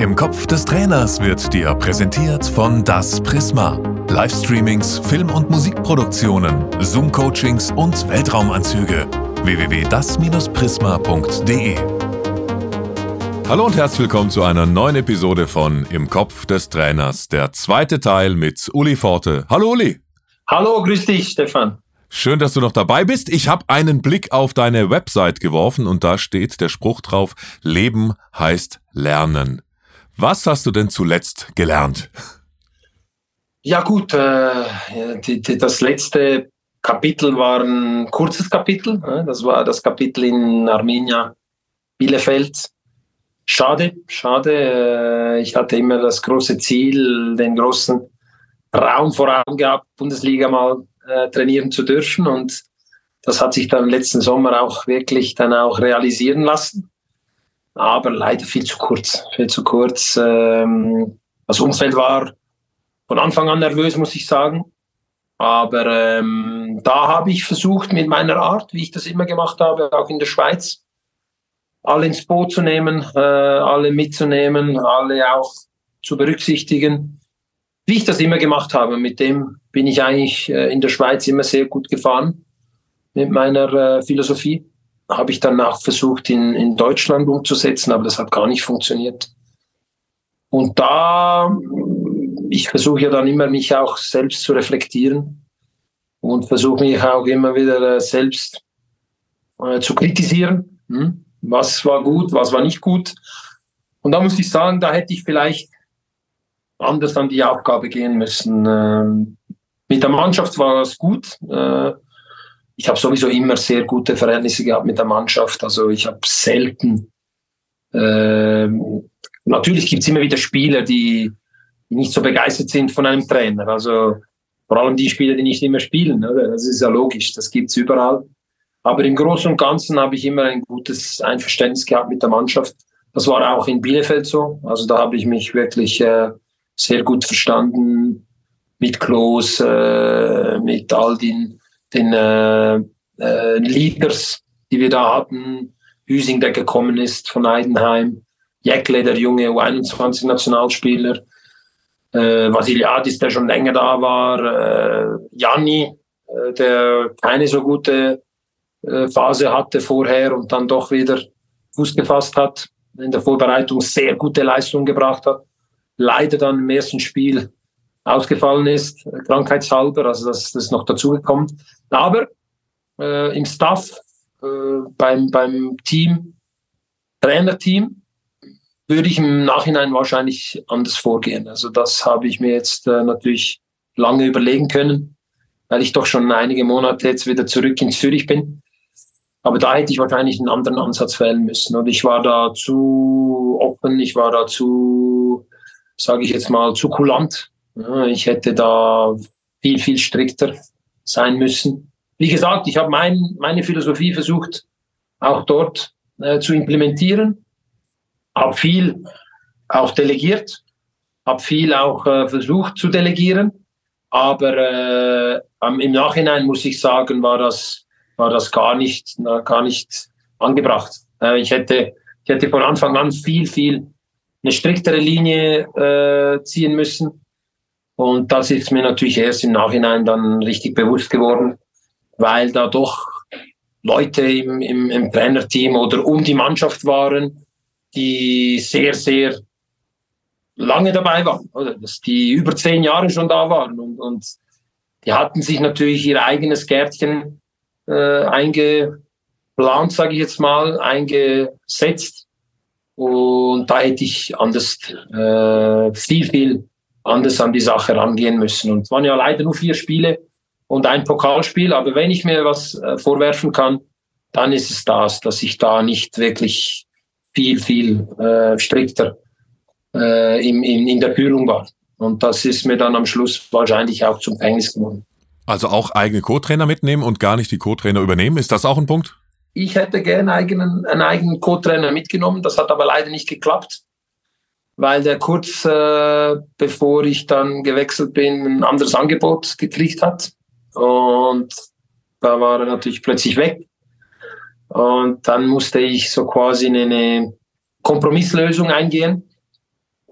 Im Kopf des Trainers wird dir präsentiert von Das Prisma. Livestreamings, Film- und Musikproduktionen, Zoom-Coachings und Weltraumanzüge. www.das-prisma.de. Hallo und herzlich willkommen zu einer neuen Episode von Im Kopf des Trainers. Der zweite Teil mit Uli Forte. Hallo Uli. Hallo, grüß dich Stefan. Schön, dass du noch dabei bist. Ich habe einen Blick auf deine Website geworfen und da steht der Spruch drauf: Leben heißt Lernen. Was hast du denn zuletzt gelernt? Ja gut, das letzte Kapitel war ein kurzes Kapitel. Das war das Kapitel in Arminia Bielefeld. Schade. Ich hatte immer das große Ziel, den großen Traum vor Augen gehabt, Bundesliga mal trainieren zu dürfen. Und das hat sich dann letzten Sommer auch wirklich dann auch realisieren lassen. Aber leider viel zu kurz. Das Umfeld war von Anfang an nervös, muss ich sagen. Aber da habe ich versucht, mit meiner Art, wie ich das immer gemacht habe, auch in der Schweiz, alle ins Boot zu nehmen, alle mitzunehmen, alle auch zu berücksichtigen, wie ich das immer gemacht habe. Mit dem bin ich eigentlich in der Schweiz immer sehr gut gefahren, mit meiner Philosophie. Habe ich dann auch versucht, in Deutschland umzusetzen, aber das hat gar nicht funktioniert. Und ich versuche ja dann immer, mich auch selbst zu reflektieren und versuche mich auch immer wieder selbst zu kritisieren. Was war gut, was war nicht gut. Und da muss ich sagen, da hätte ich vielleicht anders an die Aufgabe gehen müssen. Mit der Mannschaft war es gut. Ich habe sowieso immer sehr gute Verhältnisse gehabt mit der Mannschaft. Also ich habe selten... natürlich gibt es immer wieder Spieler, die nicht so begeistert sind von einem Trainer. Also vor allem die Spieler, die nicht immer spielen. Oder? Das ist ja logisch, das gibt es überall. Aber im Großen und Ganzen habe ich immer ein gutes Einverständnis gehabt mit der Mannschaft. Das war auch in Bielefeld so. Also da habe ich mich wirklich sehr gut verstanden mit Klos, mit all den Leaders, die wir da hatten. Hüsing, der gekommen ist von Heidenheim. Jäckle, der junge U21-Nationalspieler. Vasiliadis, der schon länger da war. Gianni, der keine so gute Phase hatte vorher und dann doch wieder Fuß gefasst hat. In der Vorbereitung sehr gute Leistung gebracht hat. Leider dann im ersten Spiel ausgefallen ist, krankheitshalber, also das ist noch dazugekommen. Aber im Staff, beim Team, Trainerteam, würde ich im Nachhinein wahrscheinlich anders vorgehen. Also das habe ich mir jetzt natürlich lange überlegen können, weil ich doch schon einige Monate jetzt wieder zurück in Zürich bin. Aber da hätte ich wahrscheinlich einen anderen Ansatz wählen müssen. Und ich war da zu offen, ich war da zu, sage ich jetzt mal, zu kulant. Ja, ich hätte da viel, viel strikter sein müssen. Wie gesagt, ich habe meine Philosophie versucht, auch dort zu implementieren. Habe viel auch delegiert, habe viel auch versucht zu delegieren. Aber im Nachhinein muss ich sagen, war das gar nicht angebracht. Ich hätte von Anfang an viel eine striktere Linie ziehen müssen. Und das ist mir natürlich erst im Nachhinein dann richtig bewusst geworden, weil da doch Leute im Trainerteam oder um die Mannschaft waren, die sehr, sehr lange dabei waren, oder? Dass die über 10 Jahre schon da waren und die hatten sich natürlich ihr eigenes Gärtchen eingeplant, sage ich jetzt mal, eingesetzt. Und da hätte ich anders, viel anders an die Sache rangehen müssen. Und es waren ja leider nur 4 Spiele und ein Pokalspiel. Aber wenn ich mir was vorwerfen kann, dann ist es das, dass ich da nicht wirklich viel strikter in der Führung war. Und das ist mir dann am Schluss wahrscheinlich auch zum Verhängnis geworden. Also auch eigene Co-Trainer mitnehmen und gar nicht die Co-Trainer übernehmen, ist das auch ein Punkt? Ich hätte gerne einen eigenen Co-Trainer mitgenommen, das hat aber leider nicht geklappt, weil der kurz bevor ich dann gewechselt bin, ein anderes Angebot gekriegt hat. Und da war er natürlich plötzlich weg. Und dann musste ich so quasi eine Kompromisslösung eingehen.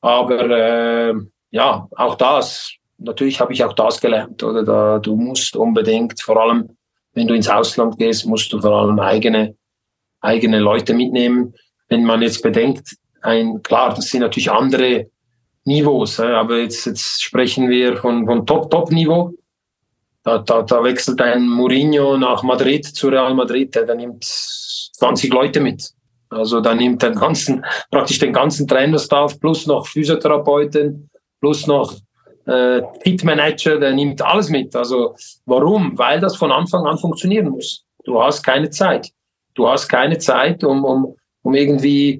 Aber ja, auch das, natürlich habe ich auch das gelernt. Oder du musst unbedingt, vor allem wenn du ins Ausland gehst, musst du vor allem eigene Leute mitnehmen. Wenn man jetzt bedenkt, klar, das sind natürlich andere Niveaus, aber jetzt sprechen wir von Top-Niveau. Da wechselt ein Mourinho nach Madrid zu Real Madrid, der nimmt 20 Leute mit. Also da nimmt praktisch den ganzen Trainerstaff plus noch Physiotherapeuten, plus noch Pitmanager, der nimmt alles mit. Also warum? Weil das von Anfang an funktionieren muss. Du hast keine Zeit. Du hast keine Zeit, um irgendwie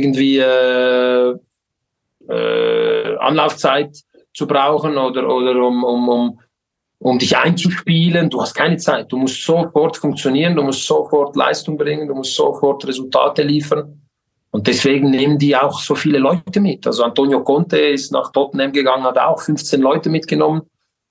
Anlaufzeit zu brauchen oder um dich einzuspielen. Du hast keine Zeit. Du musst sofort funktionieren, du musst sofort Leistung bringen, du musst sofort Resultate liefern. Und deswegen nehmen die auch so viele Leute mit. Also Antonio Conte ist nach Tottenham gegangen, hat auch 15 Leute mitgenommen.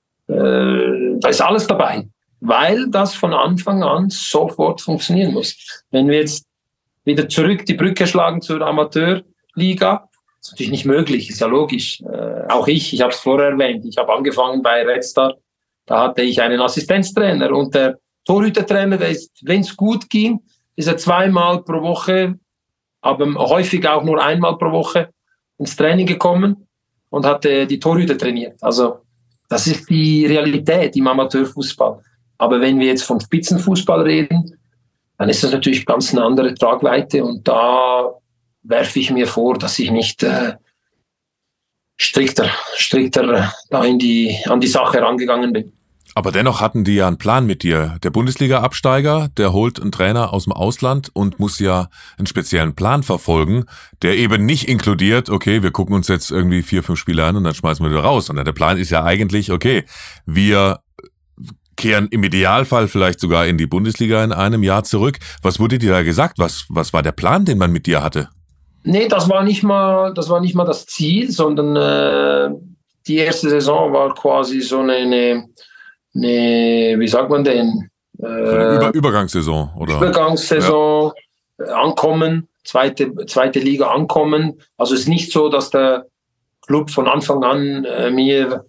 Da ist alles dabei, weil das von Anfang an sofort funktionieren muss. Wenn wir jetzt wieder zurück die Brücke schlagen zur Amateurliga, ist natürlich nicht möglich, ist ja logisch. Auch ich habe es vorher erwähnt, ich habe angefangen bei Red Star, da hatte ich einen Assistenztrainer und der Torhütertrainer, der ist, wenn es gut ging, ist er 2-mal pro Woche, aber häufig auch nur 1-mal pro Woche ins Training gekommen und hat die Torhüter trainiert. Also das ist die Realität im Amateurfußball. Aber wenn wir jetzt vom Spitzenfußball reden, dann ist das natürlich ganz eine andere Tragweite und da werfe ich mir vor, dass ich nicht strikter da an die Sache rangegangen bin. Aber dennoch hatten die ja einen Plan mit dir. Der Bundesliga-Absteiger, der holt einen Trainer aus dem Ausland und muss ja einen speziellen Plan verfolgen, der eben nicht inkludiert, okay, wir gucken uns jetzt irgendwie 4, 5 Spiele an und dann schmeißen wir wieder raus. Sondern der Plan ist ja eigentlich, okay, wir kehren im Idealfall vielleicht sogar in die Bundesliga in einem Jahr zurück. Was wurde dir da gesagt? Was war der Plan, den man mit dir hatte? Nee, das war nicht mal das Ziel, sondern die erste Saison war quasi so eine wie sagt man denn? Eine Übergangssaison, oder? Übergangssaison, ja. Ankommen, zweite Liga ankommen. Also es ist nicht so, dass der Club von Anfang an mir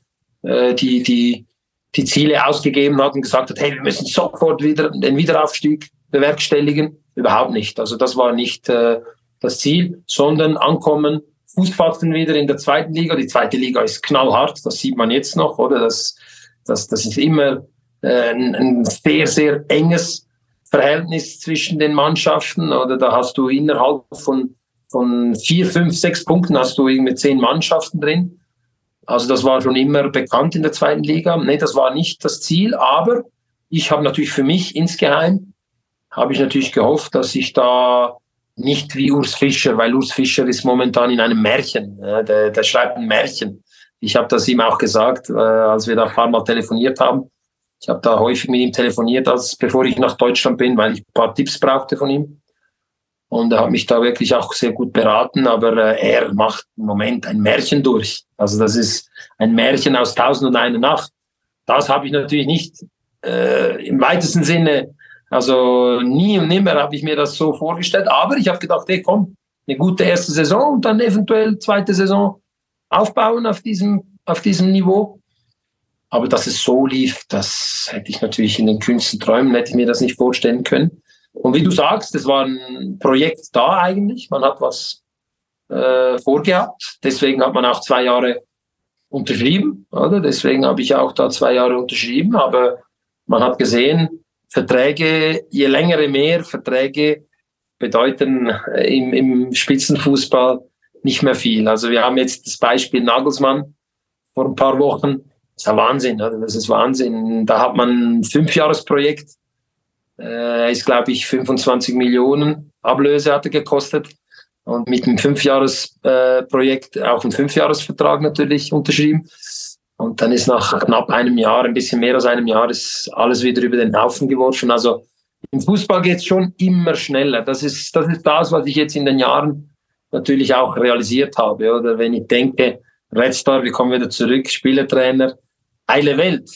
die Ziele ausgegeben hat und gesagt hat, hey, wir müssen sofort wieder den Wiederaufstieg bewerkstelligen. Überhaupt nicht. Also das war nicht das Ziel, sondern ankommen, Fuß fassen wieder in der zweiten Liga. Die zweite Liga ist knallhart, das sieht man jetzt noch, oder? Das ist immer ein sehr, sehr enges Verhältnis zwischen den Mannschaften. Oder da hast du innerhalb von 4, 5, 6 Punkten hast du irgendwie 10 Mannschaften drin. Also das war schon immer bekannt in der zweiten Liga. Nee, das war nicht das Ziel, aber ich habe natürlich für mich insgeheim, habe ich natürlich gehofft, dass ich da nicht wie Urs Fischer, weil Urs Fischer ist momentan in einem Märchen. Der schreibt ein Märchen. Ich habe das ihm auch gesagt, als wir da ein paar Mal telefoniert haben. Ich habe da häufig mit ihm telefoniert, bevor ich nach Deutschland bin, weil ich ein paar Tipps brauchte von ihm. Und er hat mich da wirklich auch sehr gut beraten, aber er macht im Moment ein Märchen durch. Also das ist ein Märchen aus 1001 Nacht. Das habe ich natürlich nicht im weitesten Sinne, also nie und nimmer habe ich mir das so vorgestellt. Aber ich habe gedacht, hey komm, eine gute erste Saison und dann eventuell zweite Saison aufbauen auf diesem Niveau. Aber dass es so lief, das hätte ich natürlich in den kühnsten Träumen, hätte ich mir das nicht vorstellen können. Und wie du sagst, es war ein Projekt da eigentlich. Man hat was vorgehabt. Deswegen hat man auch 2 Jahre unterschrieben. Oder? Deswegen habe ich auch da 2 Jahre unterschrieben. Aber man hat gesehen, Verträge, je länger, je mehr Verträge bedeuten im Spitzenfußball nicht mehr viel. Also wir haben jetzt das Beispiel Nagelsmann vor ein paar Wochen. Das ist ja Wahnsinn, oder? Das ist Wahnsinn. Da hat man ein 5-Jahres-Projekt. Ist, glaube ich, 25 Millionen Ablöse hat er gekostet. Und mit einem 5-Jahres-Projekt auch einen 5-Jahres-Vertrag natürlich unterschrieben. Und dann ist nach knapp einem Jahr, ein bisschen mehr als einem Jahr, ist alles wieder über den Haufen geworfen. Also im Fußball geht es schon immer schneller. Das ist das, was ich jetzt in den Jahren natürlich auch realisiert habe. Oder wenn ich denke, Red Star, wir kommen wieder zurück, Spielertrainer, heile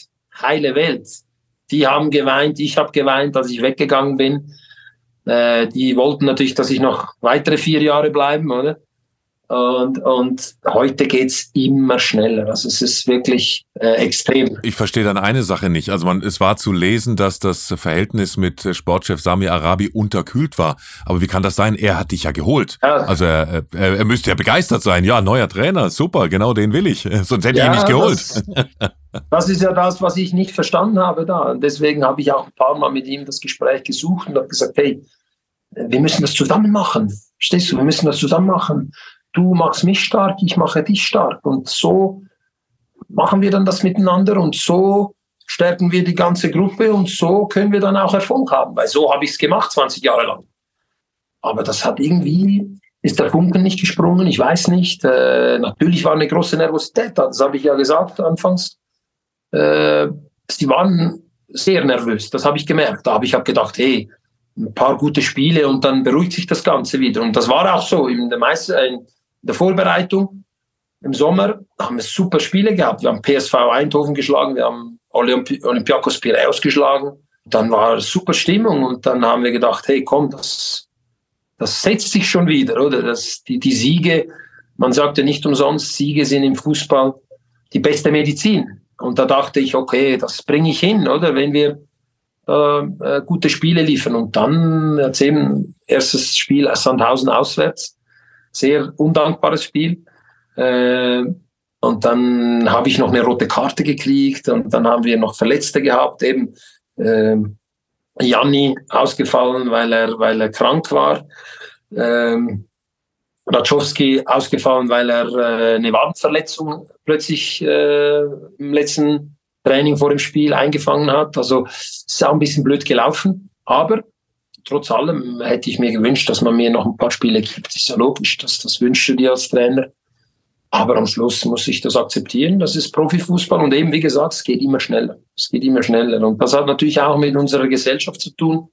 Welt. Die haben geweint, ich habe geweint, als ich weggegangen bin. Die wollten natürlich, dass ich noch weitere 4 Jahre bleiben, oder? Und heute geht's immer schneller. Also es ist wirklich extrem. Ich verstehe dann eine Sache nicht. Also es war zu lesen, dass das Verhältnis mit Sportchef Sami Arabi unterkühlt war. Aber wie kann das sein? Er hat dich ja geholt. Ja. Also er müsste ja begeistert sein. Ja, neuer Trainer, super, genau den will ich. Sonst hätte ich ihn nicht geholt. Das ist ja das, was ich nicht verstanden habe da. Und deswegen habe ich auch ein paar Mal mit ihm das Gespräch gesucht und habe gesagt, hey, wir müssen das zusammen machen. Verstehst du? Wir müssen das zusammen machen. Du machst mich stark, ich mache dich stark. Und so machen wir dann das miteinander und so stärken wir die ganze Gruppe und so können wir dann auch Erfolg haben. Weil so habe ich es gemacht, 20 Jahre lang. Aber das hat irgendwie, ist der Funken nicht gesprungen, ich weiß nicht. Natürlich war eine große Nervosität da, das habe ich ja gesagt anfangs. Sie waren sehr nervös, das habe ich gemerkt. Aber ich habe gedacht, hey, ein paar gute Spiele und dann beruhigt sich das Ganze wieder. Und das war auch so in der Vorbereitung im Sommer haben wir super Spiele gehabt. Wir haben PSV Eindhoven geschlagen, wir haben Olympiakos Piraeus geschlagen. Dann war super Stimmung und dann haben wir gedacht, hey komm, das setzt sich schon wieder, oder? Die Siege, man sagt ja nicht umsonst, Siege sind im Fußball die beste Medizin. Und da dachte ich, okay, das bringe ich hin, oder? Wenn wir gute Spiele liefern. Und dann jetzt eben erstes Spiel Sandhausen auswärts. Sehr undankbares Spiel. Und dann habe ich noch eine rote Karte gekriegt und dann haben wir noch Verletzte gehabt, eben Janni ausgefallen, weil er krank war, Raczowski ausgefallen, weil er eine Wadenverletzung plötzlich im letzten Training vor dem Spiel eingefangen hat. Also es ist auch ein bisschen blöd gelaufen, aber trotz allem hätte ich mir gewünscht, dass man mir noch ein paar Spiele gibt. Das ist ja logisch, das wünschst du dir als Trainer. Aber am Schluss muss ich das akzeptieren. Das ist Profifußball und eben, wie gesagt, es geht immer schneller. Es geht immer schneller. Und das hat natürlich auch mit unserer Gesellschaft zu tun.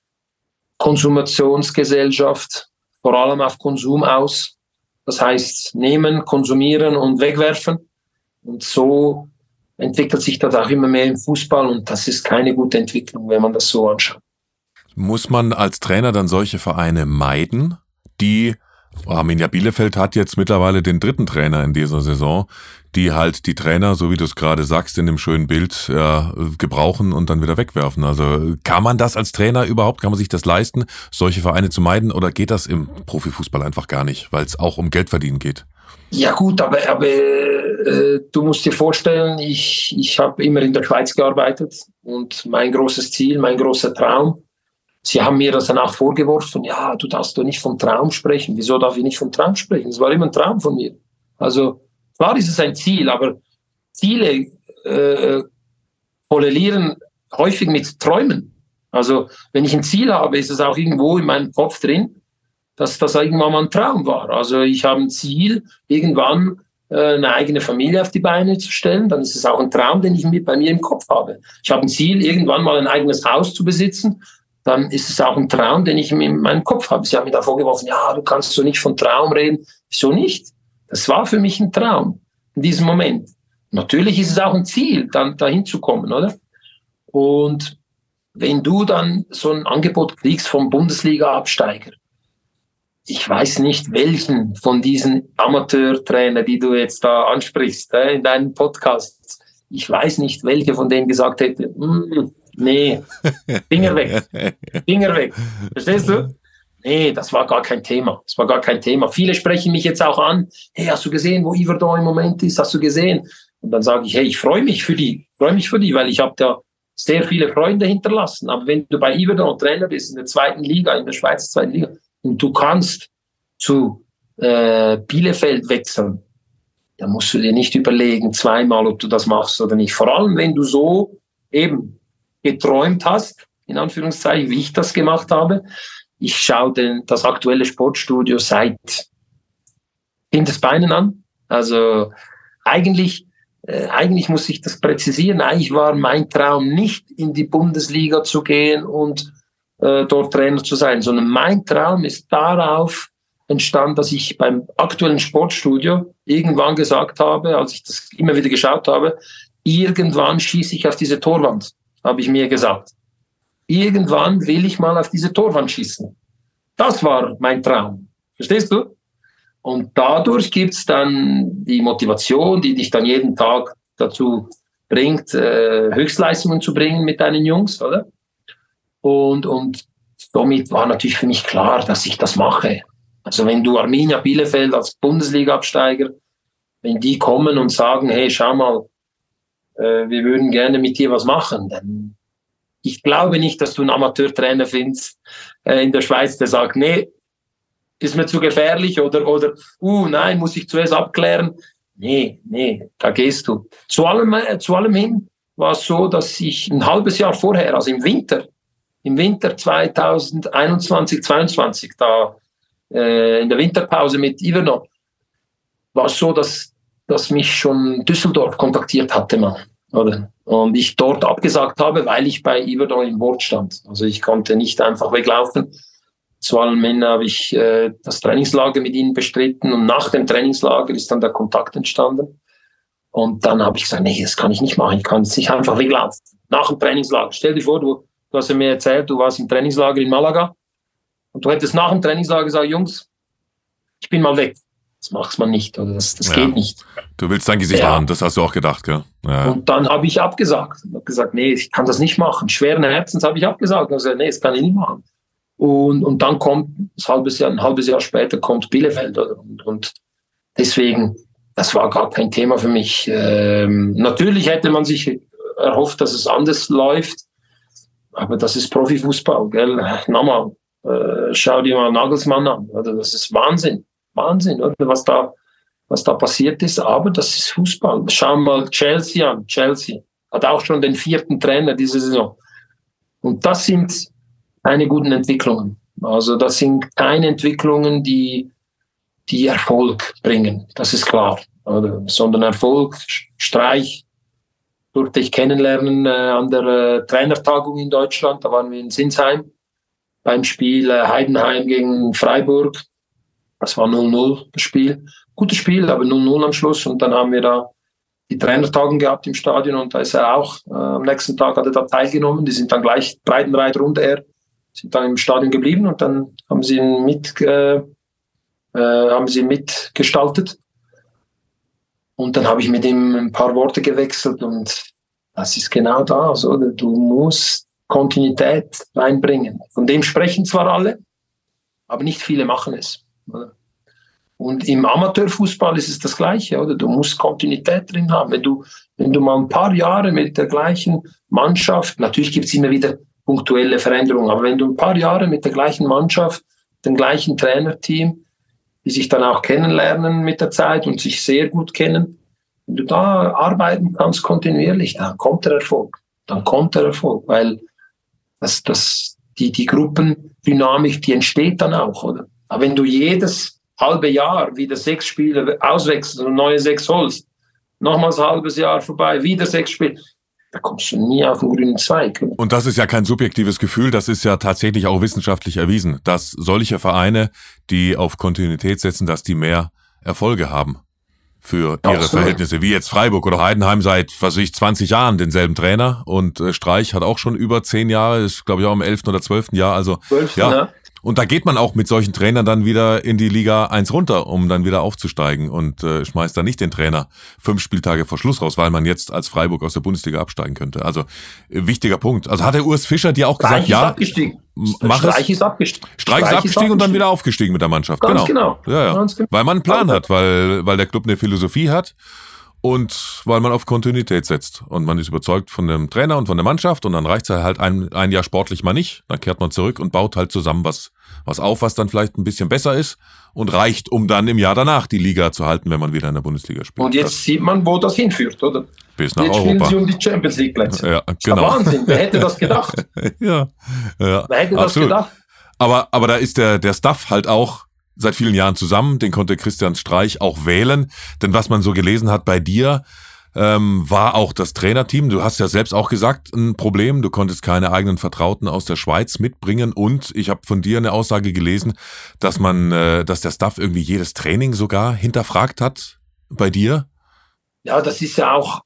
Konsumationsgesellschaft, vor allem auf Konsum aus. Das heißt, nehmen, konsumieren und wegwerfen. Und so entwickelt sich das auch immer mehr im Fußball und das ist keine gute Entwicklung, wenn man das so anschaut. Muss man als Trainer dann solche Vereine meiden, die, Arminia Bielefeld hat jetzt mittlerweile den 3. Trainer in dieser Saison, die halt die Trainer, so wie du es gerade sagst, in dem schönen Bild gebrauchen und dann wieder wegwerfen. Also kann man das als Trainer überhaupt, kann man sich das leisten, solche Vereine zu meiden oder geht das im Profifußball einfach gar nicht, weil es auch um Geldverdienen geht? Ja gut, aber du musst dir vorstellen, ich habe immer in der Schweiz gearbeitet und mein großes Ziel, mein großer Traum, sie haben mir das dann auch vorgeworfen, ja, du darfst doch nicht vom Traum sprechen. Wieso darf ich nicht vom Traum sprechen? Das war immer ein Traum von mir. Also klar ist es ein Ziel, aber Ziele korrelieren häufig mit Träumen. Also wenn ich ein Ziel habe, ist es auch irgendwo in meinem Kopf drin, dass das irgendwann mal ein Traum war. Also ich habe ein Ziel, irgendwann eine eigene Familie auf die Beine zu stellen. Dann ist es auch ein Traum, den ich bei mir im Kopf habe. Ich habe ein Ziel, irgendwann mal ein eigenes Haus zu besitzen. Dann ist es auch ein Traum, den ich in meinem Kopf habe. Sie haben mir da vorgeworfen, ja, du kannst so nicht von Traum reden. Wieso nicht? Das war für mich ein Traum in diesem Moment. Natürlich ist es auch ein Ziel, dann dahin zu kommen, oder? Und wenn du dann so ein Angebot kriegst vom Bundesliga-Absteiger, ich weiß nicht, welchen von diesen Amateurtrainern, die du jetzt da ansprichst, in deinem Podcast, ich weiß nicht, welche von denen gesagt hätte, nee, Finger weg, Finger weg. Verstehst du? Nee, das war gar kein Thema. Das war gar kein Thema. Viele sprechen mich jetzt auch an, hey, hast du gesehen, wo Yverdon im Moment ist? Hast du gesehen? Und dann sage ich, hey, ich freue mich für die, weil ich habe da sehr viele Freunde hinterlassen. Aber wenn du bei Yverdon Trainer bist, in der 2. Liga, in der Schweizer 2. Liga, und du kannst zu Bielefeld wechseln, dann musst du dir nicht überlegen, zweimal, ob du das machst oder nicht. Vor allem, wenn du so eben geträumt hast, in Anführungszeichen, wie ich das gemacht habe. Ich schaue das aktuelle Sportstudio seit Kindesbeinen an. Also eigentlich muss ich das präzisieren. Eigentlich war mein Traum nicht, in die Bundesliga zu gehen und dort Trainer zu sein, sondern mein Traum ist darauf entstanden, dass ich beim aktuellen Sportstudio irgendwann gesagt habe, als ich das immer wieder geschaut habe, irgendwann schieße ich auf diese Torwand, habe ich mir gesagt. Irgendwann will ich mal auf diese Torwand schießen. Das war mein Traum. Verstehst du? Und dadurch gibt es dann die Motivation, die dich dann jeden Tag dazu bringt, Höchstleistungen zu bringen mit deinen Jungs, oder? Und somit war natürlich für mich klar, dass ich das mache. Also wenn du Arminia Bielefeld als Bundesliga-Absteiger, wenn die kommen und sagen, hey, schau mal, wir würden gerne mit dir was machen, dann ich glaube nicht, dass du einen Amateurtrainer findest in der Schweiz, der sagt, nee, ist mir zu gefährlich oder nein, muss ich zuerst abklären. Nee, da gehst du. Zu allem hin war es so, dass ich ein halbes Jahr vorher, also im Winter 2021, 22, da in der Winterpause mit Yverdon, war es so, dass mich schon Düsseldorf kontaktiert hatte, man, oder? Und ich dort abgesagt habe, weil ich bei Yverdon im Board stand. Also ich konnte nicht einfach weglaufen. Zu allen Männern habe ich das Trainingslager mit ihnen bestritten und nach dem Trainingslager ist dann der Kontakt entstanden. Und dann habe ich gesagt, nee, das kann ich nicht machen. Ich kann jetzt nicht einfach weglaufen. Nach dem Trainingslager. Stell dir vor, du hast mir erzählt, du warst im Trainingslager in Malaga und du hättest nach dem Trainingslager gesagt, Jungs, ich bin mal weg. Das macht man nicht, oder das geht nicht. Du willst dein Gesicht wahren, das hast du auch gedacht, gell? Ja. Und dann habe ich abgesagt. Ich habe gesagt, nee, ich kann das nicht machen. Schweren Herzens habe ich abgesagt. Also, nee, das kann ich nicht machen. Und dann kommt ein halbes Jahr später kommt Bielefeld. Und deswegen, das war gar kein Thema für mich. Natürlich hätte man sich erhofft, dass es anders läuft. Aber das ist Profifußball, gell? Nochmal, schau dir mal Nagelsmann an. Oder? Das ist Wahnsinn, oder? Was da passiert ist. Aber das ist Fußball. Schau mal Chelsea an. Chelsea hat auch schon den 4. Trainer diese Saison. Und das sind keine guten Entwicklungen. Also das sind keine Entwicklungen, die Erfolg bringen. Das ist klar. Oder? Sondern Erfolg, Streich, durfte ich kennenlernen an der Trainertagung in Deutschland. Da waren wir in Sinsheim beim Spiel Heidenheim gegen Freiburg. Das war 0-0 das Spiel. Gutes Spiel, aber 0-0 am Schluss. Und dann haben wir da die Trainertagung gehabt im Stadion und da ist er auch am nächsten Tag hat er da teilgenommen. Die sind dann gleich Breitenreiter und er sind dann im Stadion geblieben und dann haben sie ihn mitgestaltet. Und dann habe ich mit ihm ein paar Worte gewechselt und das ist genau das, oder? Du musst Kontinuität reinbringen. Von dem sprechen zwar alle, aber nicht viele machen es. Oder? Und im Amateurfußball ist es das Gleiche, oder? Du musst Kontinuität drin haben. Wenn du mal ein paar Jahre mit der gleichen Mannschaft, natürlich gibt es immer wieder punktuelle Veränderungen, aber wenn du ein paar Jahre mit der gleichen Mannschaft, dem gleichen Trainerteam, die sich dann auch kennenlernen mit der Zeit und sich sehr gut kennen, wenn du da arbeiten kannst kontinuierlich, dann kommt der Erfolg. Weil die Gruppendynamik, die entsteht dann auch, oder? Aber wenn du jedes halbe Jahr wieder 6 Spiele auswechselst und neue 6 holst, nochmals ein halbes Jahr vorbei, wieder 6 Spiele, da kommst du nie auf den grünen Zweig. Und das ist ja kein subjektives Gefühl, das ist ja tatsächlich auch wissenschaftlich erwiesen, dass solche Vereine, die auf Kontinuität setzen, dass die mehr Erfolge haben für ihre Verhältnisse, wie jetzt Freiburg oder Heidenheim seit, 20 Jahren denselben Trainer und Streich hat auch schon über 10 Jahre, ist glaube ich auch im 11. oder 12. Jahr, also 12, ja. Ne? Und da geht man auch mit solchen Trainern dann wieder in die Liga 1 runter, um dann wieder aufzusteigen und schmeißt dann nicht den Trainer 5 Spieltage vor Schluss raus, weil man jetzt als Freiburg aus der Bundesliga absteigen könnte. Also wichtiger Punkt. Also hat der Urs Fischer dir auch gesagt, ja, mach es. Streich ist abgestiegen. Streich ist abgestiegen und dann wieder aufgestiegen mit der Mannschaft. Ganz genau. Ja. Ganz genau. Weil man einen Plan hat, weil der Club eine Philosophie hat. Und weil man auf Kontinuität setzt. Und man ist überzeugt von dem Trainer und von der Mannschaft und dann reicht es halt ein Jahr sportlich mal nicht. Dann kehrt man zurück und baut halt zusammen was auf, was dann vielleicht ein bisschen besser ist und reicht, um dann im Jahr danach die Liga zu halten, wenn man wieder in der Bundesliga spielt. Und jetzt sieht man, wo das hinführt, oder? Bis nach jetzt Europa. Spielen sie um die Champions League Plätze. Ja, genau. genau. Das ist Wahnsinn. Wer hätte das gedacht? Ja. Wer hätte das gedacht? Aber da ist der Staff halt auch seit vielen Jahren zusammen. Den konnte Christian Streich auch wählen. Denn was man so gelesen hat bei dir, war auch das Trainerteam. Du hast ja selbst auch gesagt, ein Problem. Du konntest keine eigenen Vertrauten aus der Schweiz mitbringen. Und ich habe von dir eine Aussage gelesen, dass der Staff irgendwie jedes Training sogar hinterfragt hat bei dir. Ja, das ist ja auch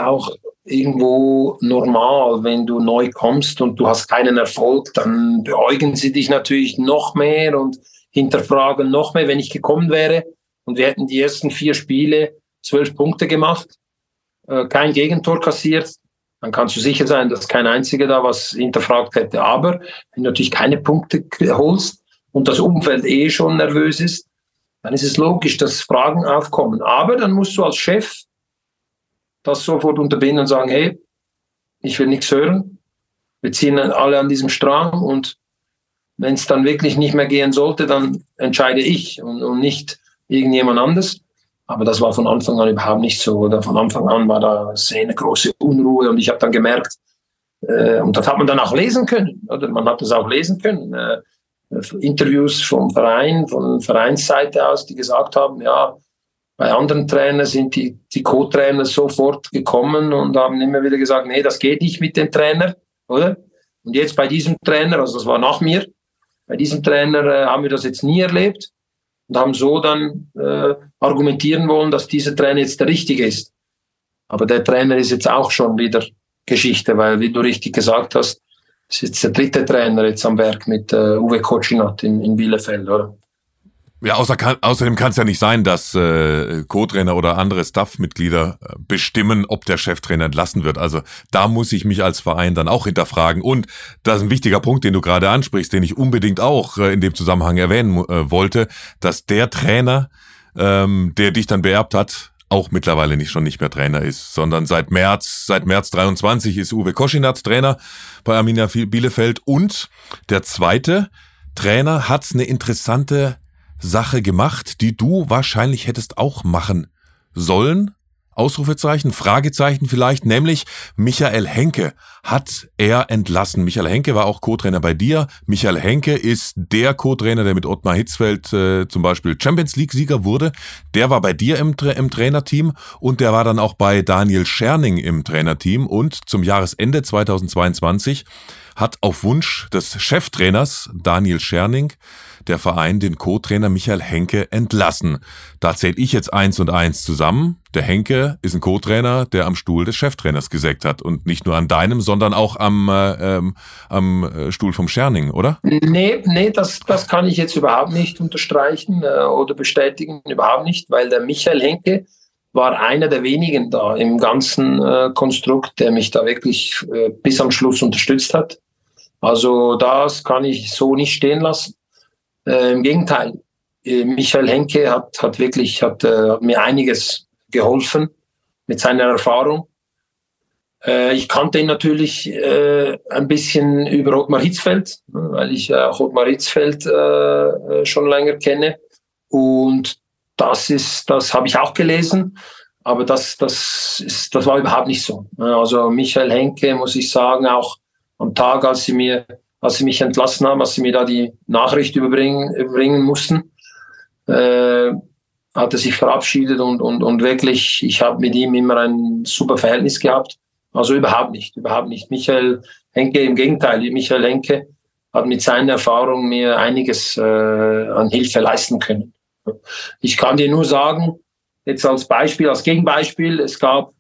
irgendwo normal. Wenn du neu kommst und du hast keinen Erfolg, dann beäugen sie dich natürlich noch mehr und hinterfragen noch mehr. Wenn ich gekommen wäre und wir hätten die ersten 4 Spiele 12 Punkte gemacht, kein Gegentor kassiert, dann kannst du sicher sein, dass kein einziger da was hinterfragt hätte. Aber wenn du natürlich keine Punkte holst und das Umfeld schon nervös ist, dann ist es logisch, dass Fragen aufkommen. Aber dann musst du als Chef das sofort unterbinden und sagen, hey, ich will nichts hören, wir ziehen alle an diesem Strang und wenn es dann wirklich nicht mehr gehen sollte, dann entscheide ich und nicht irgendjemand anders. Aber das war von Anfang an überhaupt nicht so. Oder von Anfang an war da sehr eine große Unruhe und ich habe dann gemerkt, und das hat man dann auch lesen können, oder man hat das auch lesen können, Interviews vom Verein, von Vereinsseite aus, die gesagt haben, ja, bei anderen Trainern sind die Co-Trainer sofort gekommen und haben immer wieder gesagt, nee, das geht nicht mit dem Trainer, oder? Und jetzt bei diesem Trainer, also das war nach mir, bei diesem Trainer haben wir das jetzt nie erlebt und haben so dann argumentieren wollen, dass dieser Trainer jetzt der Richtige ist. Aber der Trainer ist jetzt auch schon wieder Geschichte, weil, wie du richtig gesagt hast, ist jetzt der 3. Trainer jetzt am Werk mit Uwe Kocinat in Bielefeld, oder? Ja, außerdem kann es ja nicht sein, dass Co-Trainer oder andere Staff-Mitglieder bestimmen, ob der Cheftrainer entlassen wird. Also da muss ich mich als Verein dann auch hinterfragen. Und das ist ein wichtiger Punkt, den du gerade ansprichst, den ich unbedingt auch in dem Zusammenhang erwähnen wollte, dass der Trainer, der dich dann beerbt hat, auch mittlerweile nicht mehr Trainer ist, sondern seit März 23 ist Uwe Kocinat Trainer bei Arminia Bielefeld. Und der zweite Trainer hat eine interessante Sache gemacht, die du wahrscheinlich hättest auch machen sollen. Ausrufezeichen, Fragezeichen vielleicht, nämlich Michael Henke hat er entlassen. Michael Henke war auch Co-Trainer bei dir. Michael Henke ist der Co-Trainer, der mit Ottmar Hitzfeld zum Beispiel Champions League-Sieger wurde. Der war bei dir im Trainerteam und der war dann auch bei Daniel Scherning im Trainerteam. Und zum Jahresende 2022 hat auf Wunsch des Cheftrainers Daniel Scherning der Verein den Co-Trainer Michael Henke entlassen. Da zähle ich jetzt 1 und 1 zusammen. Der Henke ist ein Co-Trainer, der am Stuhl des Cheftrainers gesägt hat. Und nicht nur an deinem, sondern auch am Stuhl vom Scherning, oder? Nee, das kann ich jetzt überhaupt nicht unterstreichen oder bestätigen. Überhaupt nicht, weil der Michael Henke war einer der wenigen da im ganzen Konstrukt, der mich da wirklich bis am Schluss unterstützt hat. Also das kann ich so nicht stehen lassen. Im Gegenteil, Michael Henke hat mir einiges geholfen mit seiner Erfahrung. Ich kannte ihn natürlich ein bisschen über Ottmar Hitzfeld, weil ich auch Ottmar Hitzfeld schon länger kenne. Und das habe ich auch gelesen, aber das war überhaupt nicht so. Also Michael Henke, muss ich sagen, auch am Tag, als sie mich entlassen haben, als sie mir da die Nachricht überbringen mussten, hat er sich verabschiedet und wirklich, ich habe mit ihm immer ein super Verhältnis gehabt. Also überhaupt nicht. Michael Henke, im Gegenteil, Michael Henke hat mit seiner Erfahrung mir einiges an Hilfe leisten können. Ich kann dir nur sagen, jetzt als Gegenbeispiel, es gab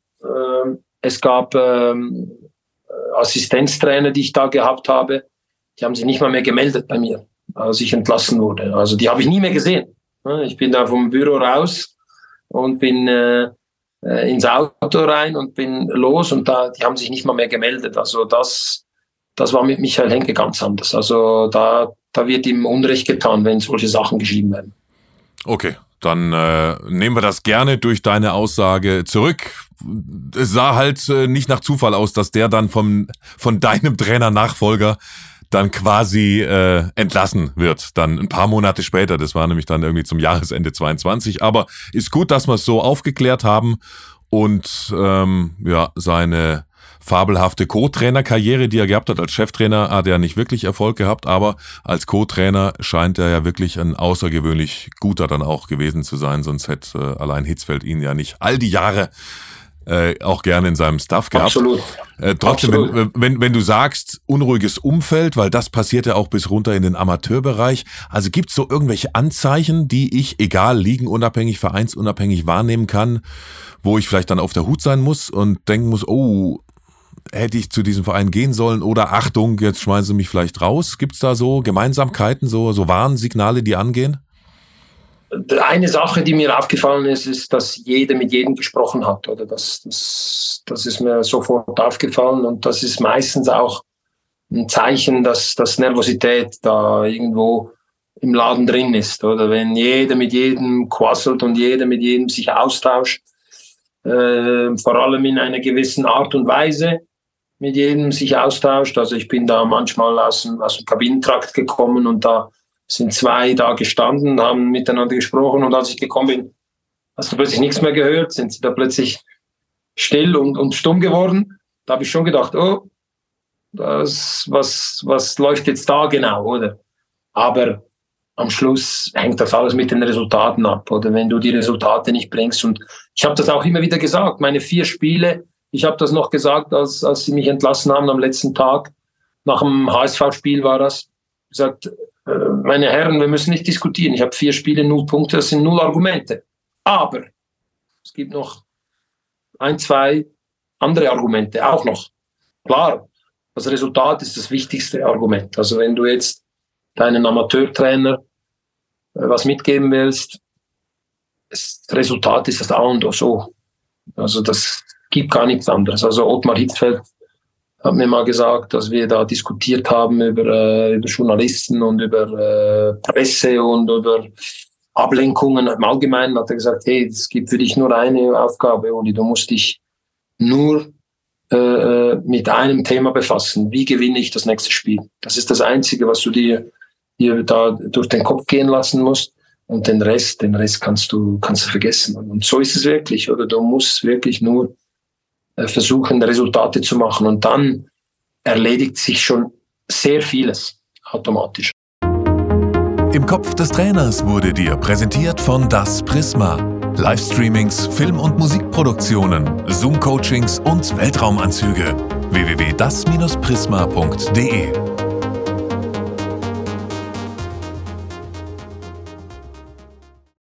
Assistenztrainer, die ich da gehabt habe, die haben sich nicht mal mehr gemeldet bei mir, als ich entlassen wurde. Also die habe ich nie mehr gesehen. Ich bin da vom Büro raus und bin ins Auto rein und bin los und die haben sich nicht mal mehr gemeldet. Also das war mit Michael Henke ganz anders. Also da wird ihm Unrecht getan, wenn solche Sachen geschrieben werden. Okay, dann nehmen wir das gerne durch deine Aussage zurück. Es sah halt nicht nach Zufall aus, dass der dann von deinem Trainer-Nachfolger dann quasi entlassen wird, dann ein paar Monate später. Das war nämlich dann irgendwie zum Jahresende 22. Aber ist gut, dass wir es so aufgeklärt haben und seine fabelhafte Co-Trainer-Karriere, die er gehabt hat. Als Cheftrainer hat er nicht wirklich Erfolg gehabt, aber als Co-Trainer scheint er ja wirklich ein außergewöhnlich guter dann auch gewesen zu sein. Sonst hätte allein Hitzfeld ihn ja nicht all die Jahre auch gerne in seinem Staff gehabt. Absolut. Trotzdem, Absolut. Wenn du sagst, unruhiges Umfeld, weil das passiert ja auch bis runter in den Amateurbereich. Also gibt es so irgendwelche Anzeichen, die ich, egal, ligenunabhängig, vereinsunabhängig wahrnehmen kann, wo ich vielleicht dann auf der Hut sein muss und denken muss, oh, hätte ich zu diesem Verein gehen sollen oder Achtung, jetzt schmeißen sie mich vielleicht raus. Gibt's da so Gemeinsamkeiten, so Warnsignale, die angehen? Eine Sache, die mir aufgefallen ist, dass jeder mit jedem gesprochen hat. Oder das ist mir sofort aufgefallen. Und das ist meistens auch ein Zeichen, dass Nervosität da irgendwo im Laden drin ist. Oder wenn jeder mit jedem quasselt und jeder mit jedem sich austauscht, vor allem in einer gewissen Art und Weise mit jedem sich austauscht. Also ich bin da manchmal aus dem Kabinentrakt gekommen und da sind 2 da gestanden, haben miteinander gesprochen, und als ich gekommen bin, hast du plötzlich nichts mehr gehört, sind sie da plötzlich still und stumm geworden. Da habe ich schon gedacht, oh, was läuft jetzt da genau, oder? Aber am Schluss hängt das alles mit den Resultaten ab, oder? Wenn du die Resultate nicht bringst. Und ich habe das auch immer wieder gesagt, meine 4 Spiele, ich habe das noch gesagt, als sie mich entlassen haben am letzten Tag, nach dem HSV-Spiel war das, gesagt, meine Herren, wir müssen nicht diskutieren. Ich habe 4 Spiele, 0 Punkte, das sind 0 Argumente. Aber es gibt noch 1, 2 andere Argumente, auch noch. Klar, das Resultat ist das wichtigste Argument. Also wenn du jetzt deinen Amateurtrainer was mitgeben willst, das Resultat ist das A und O so. Also das gibt gar nichts anderes. Also Ottmar Hitzfeld hat mir mal gesagt, dass wir da diskutiert haben über Journalisten und über Presse und über Ablenkungen. Im Allgemeinen hat er gesagt, hey, es gibt für dich nur eine Aufgabe, Uli, du musst dich nur mit einem Thema befassen. Wie gewinne ich das nächste Spiel? Das ist das Einzige, was du dir da durch den Kopf gehen lassen musst. Und den Rest kannst du vergessen. Und so ist es wirklich, oder? Du musst wirklich nur versuchen, Resultate zu machen, und dann erledigt sich schon sehr vieles automatisch. Im Kopf des Trainers wurde dir präsentiert von Das Prisma. Livestreamings, Film- und Musikproduktionen, Zoom-Coachings und Weltraumanzüge. www.das-prisma.de